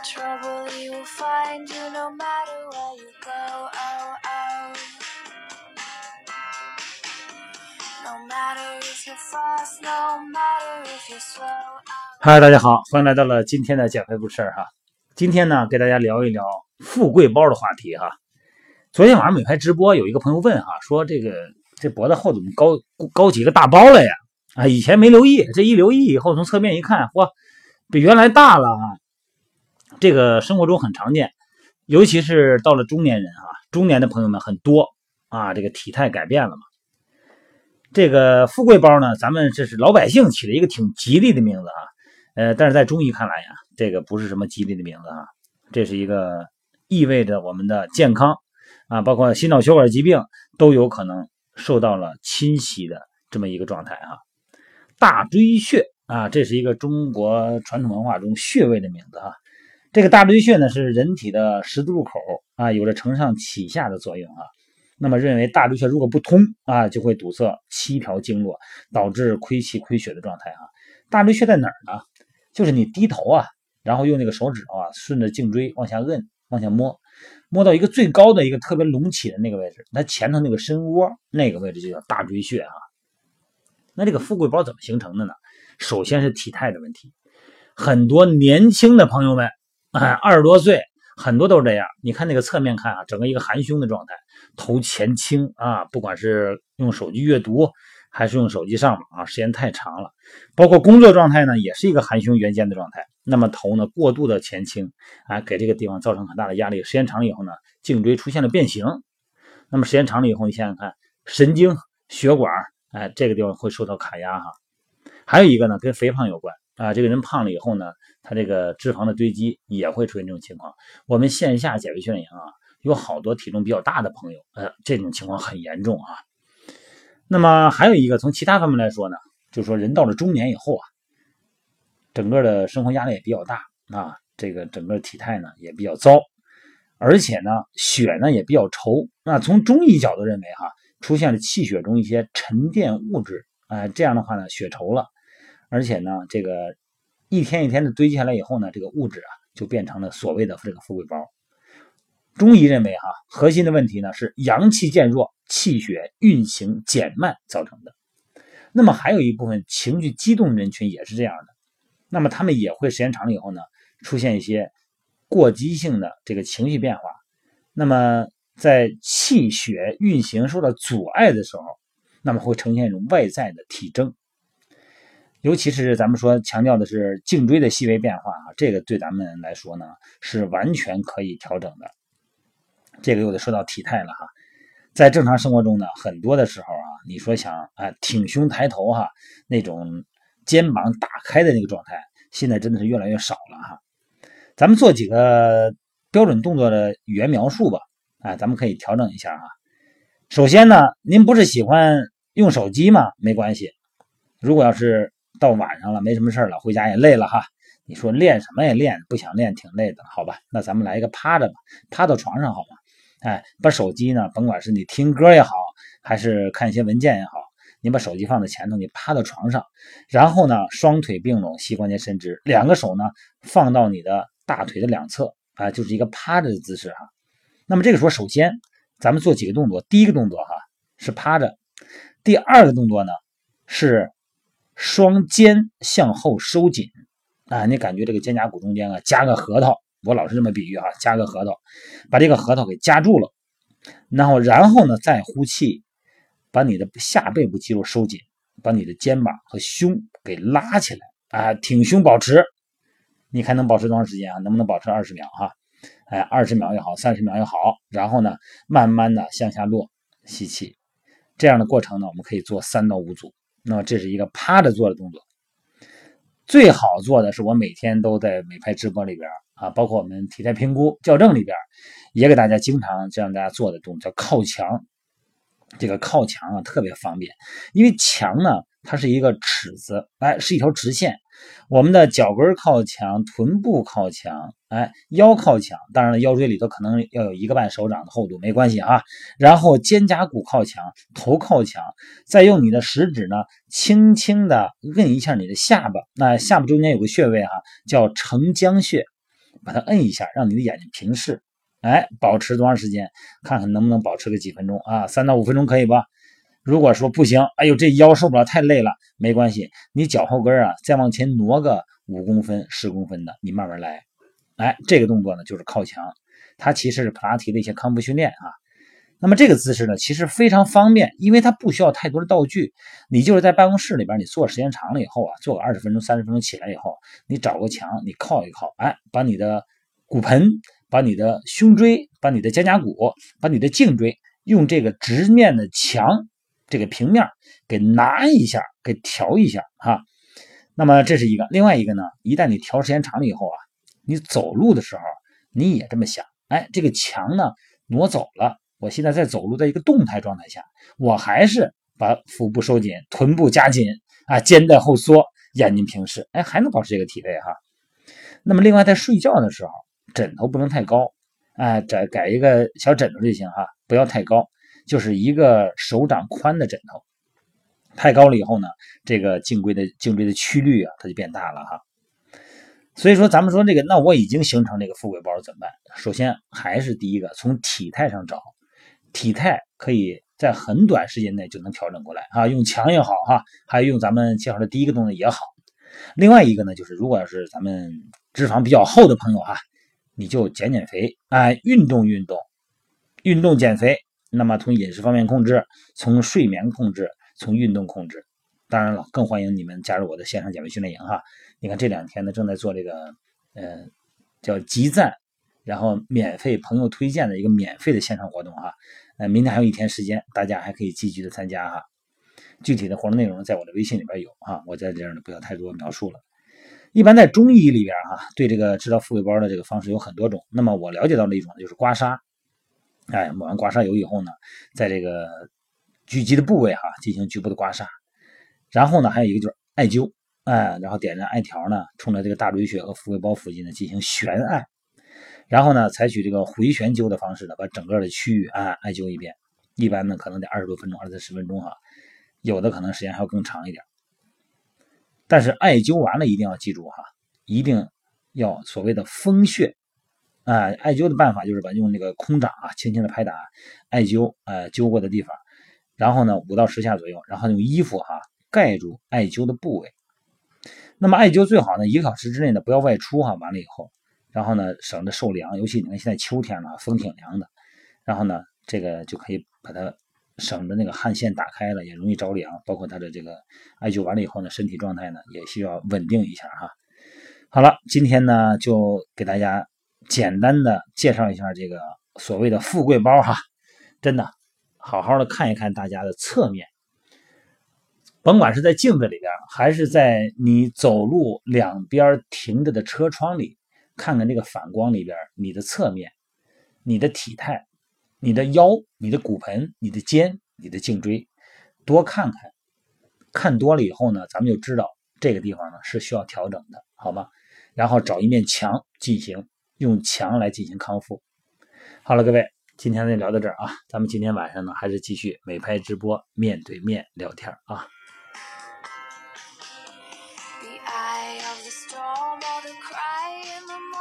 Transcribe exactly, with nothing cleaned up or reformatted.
trouble you will find you no matter where you go. Oh, oh. No matter if you're fast, no matter if you're slow. 嗨，大家好，欢迎来到了今天的减肥不事儿哈。今天呢，给大家聊一聊富贵包的话题哈。昨天晚上美拍直播，有一个朋友问哈，说这个这脖子后怎么高高几个大包了呀？啊，以前没留意，这一留意以后，从侧面一看，哇，比原来大了啊。这个生活中很常见，尤其是到了中年人啊，中年的朋友们很多啊，这个体态改变了嘛。这个富贵包呢，咱们这是老百姓起了一个挺吉利的名字啊，呃，但是在中医看来呀，这个不是什么吉利的名字啊，这是一个意味着我们的健康啊，包括心脑血管疾病都有可能受到了侵袭的这么一个状态啊。大椎穴啊，这是一个中国传统文化中穴位的名字啊。这个大椎穴呢是人体的十字路口啊，有着承上启下的作用啊。那么认为大椎穴如果不通啊，就会堵塞七条经络，导致亏气亏血的状态啊。大椎穴在哪儿呢？就是你低头啊，然后用那个手指头啊，顺着颈椎往下摁，往下摸，摸到一个最高的一个特别隆起的那个位置，它前头那个深窝那个位置就叫大椎穴啊。那这个富贵包怎么形成的呢？首先是体态的问题，很多年轻的朋友们哎，二十多岁，很多都是这样。你看那个侧面看啊，整个一个含胸的状态，头前倾啊，不管是用手机阅读还是用手机上网啊，时间太长了。包括工作状态呢，也是一个含胸圆肩的状态。那么头呢过度的前倾啊，给这个地方造成很大的压力。时间长了以后呢，颈椎出现了变形。那么时间长了以后，你想想看，神经血管哎，这个地方会受到卡压哈。还有一个呢，跟肥胖有关啊，这个人胖了以后呢，他这个脂肪的堆积也会出现这种情况。我们线下减肥训练营啊，有好多体重比较大的朋友，呃，这种情况很严重啊。那么还有一个，从其他方面来说呢，就是说人到了中年以后啊，整个的生活压力也比较大啊，这个整个体态呢也比较糟，而且呢血呢也比较稠。那从中医角度认为哈，出现了气血中一些沉淀物质，哎、呃，这样的话呢血稠了，而且呢这个一天一天的堆积下来以后呢，这个物质啊就变成了所谓的这个富贵包。中医认为哈，核心的问题呢是阳气渐弱，气血运行减慢造成的。那么还有一部分情绪激动的人群也是这样的，那么他们也会时间长了以后呢，出现一些过激性的这个情绪变化。那么在气血运行受到阻碍的时候，那么会呈现一种外在的体征。尤其是咱们说强调的是颈椎的细微变化啊，这个对咱们来说呢是完全可以调整的。这个又得说到体态了哈，在正常生活中呢，很多的时候啊，你说想啊挺胸抬头哈，那种肩膀打开的那个状态，现在真的是越来越少了哈。咱们做几个标准动作的语言描述吧，啊，咱们可以调整一下哈。首先呢，您不是喜欢用手机吗？没关系，如果要是到晚上了没什么事了，回家也累了哈，你说练什么也练，不想练挺累的，好吧，那咱们来一个趴着吧，趴到床上好吗？哎，把手机呢，甭管是你听歌也好，还是看一些文件也好，你把手机放在前头，你趴到床上，然后呢双腿并拢，膝关节伸直，两个手呢放到你的大腿的两侧啊，就是一个趴着的姿势哈。那么这个时候首先咱们做几个动作，第一个动作哈是趴着，第二个动作呢是双肩向后收紧啊，你感觉这个肩胛骨中间啊夹个核桃，我老是这么比喻哈，夹个核桃，把这个核桃给夹住了，然后然后呢再呼气，把你的下背部肌肉收紧，把你的肩膀和胸给拉起来啊，挺胸保持，你看能保持多长时间啊？能不能保持二十秒哈？哎，二十秒也好，三十秒也好，然后呢慢慢的向下落，吸气，这样的过程呢我们可以做三到五组。那么这是一个趴着做的动作。最好做的是我每天都在美拍直播里边啊，包括我们体态评估校正里边也给大家经常这样大家做的动作叫靠墙。这个靠墙啊特别方便，因为墙呢它是一个尺子，哎，是一条直线，我们的脚跟靠墙，臀部靠墙，哎，腰靠墙，当然了腰椎里头可能要有一个半手掌的厚度，没关系啊。然后肩胛骨靠墙，头靠墙，再用你的食指呢轻轻的摁一下你的下巴，那下巴中间有个穴位哈、啊，叫承浆穴， 把它摁一下，让你的眼睛平视，哎，保持多长时间？看看能不能保持个几分钟啊，三到五分钟可以吧？如果说不行，哎呦这腰受不了太累了，没关系，你脚后跟啊再往前挪个五公分、十公分的，你慢慢来。哎，这个动作呢就是靠墙，它其实是普拉提的一些康复训练啊。那么这个姿势呢其实非常方便，因为它不需要太多的道具，你就是在办公室里边，你做时间长了以后啊，做个二十分钟、三十分钟起来以后，你找个墙，你靠一靠，哎，把你的骨盆、把你的胸椎、把你的肩胛骨、把你的颈椎用这个直面的墙。这个平面给拿一下，给调一下哈。那么这是一个，另外一个呢，一旦你调时间长了以后啊，你走路的时候你也这么想，哎，这个墙呢挪走了，我现在在走路的一个动态状态下，我还是把腹部收紧，臀部加紧啊，肩带后缩，眼睛平视，哎，还能保持这个体位哈。那么另外在睡觉的时候，枕头不能太高，哎，改改一个小枕头就行哈，不要太高。就是一个手掌宽的枕头，太高了以后呢，这个颈椎的颈椎的曲率啊，它就变大了哈。所以说，咱们说这个，那我已经形成这个富贵包怎么办？首先还是第一个，从体态上找，体态可以在很短时间内就能调整过来啊，用墙也好哈，还有用咱们介绍的第一个动作也好。另外一个呢，就是如果要是咱们脂肪比较厚的朋友哈，你就减减肥，哎，运动运动，运动减肥。那么从饮食方面控制，从睡眠控制，从运动控制，当然了，更欢迎你们加入我的线上减肥训练营哈。你看这两天呢正在做这个呃叫集赞，然后免费朋友推荐的一个免费的线上活动哈。呃，明天还有一天时间，大家还可以积极的参加哈。具体的活动内容在我的微信里边有啊，我在这儿呢不要太多描述了。一般在中医里边哈，对这个治疗富贵包的这个方式有很多种。那么我了解到的一种就是刮痧。哎，抹完刮痧油以后呢，在这个狙击的部位哈进行局部的刮痧，然后呢还有一个就是艾灸，哎，然后点燃艾条呢，冲着这个大椎穴和富贵包附近呢进行旋艾，然后呢采取这个回旋灸的方式呢，把整个的区域啊艾灸一遍，一般呢可能得二十多分钟，二三十分钟哈，有的可能时间还要更长一点。但是艾灸完了一定要记住哈，一定要所谓的封穴。啊，艾灸的办法就是把用那个空掌啊，轻轻的拍打艾灸，呃，灸过的地方，然后呢五到十下左右，然后用衣服哈盖住艾灸的部位。那么艾灸最好呢一个小时之内呢不要外出哈，完了以后，然后呢省得受凉，尤其你看现在秋天了，风挺凉的，然后呢这个就可以把它省得那个汗腺打开了，也容易着凉，包括它的这个艾灸完了以后呢，身体状态呢也需要稳定一下哈。好了，今天呢就给大家简单的介绍一下这个所谓的富贵包哈，真的好好的看一看大家的侧面，甭管是在镜子里边，还是在你走路两边停着的车窗里，看看这个反光里边，你的侧面，你的体态，你的腰，你的骨盆，你的肩，你的颈椎，多看看，看多了以后呢，咱们就知道这个地方呢是需要调整的，好吗？然后找一面墙进行。用墙来进行康复。好了，各位，今天就聊到这儿啊，咱们今天晚上呢还是继续美拍直播，面对面聊天啊。 The eye of the storm or the cry in the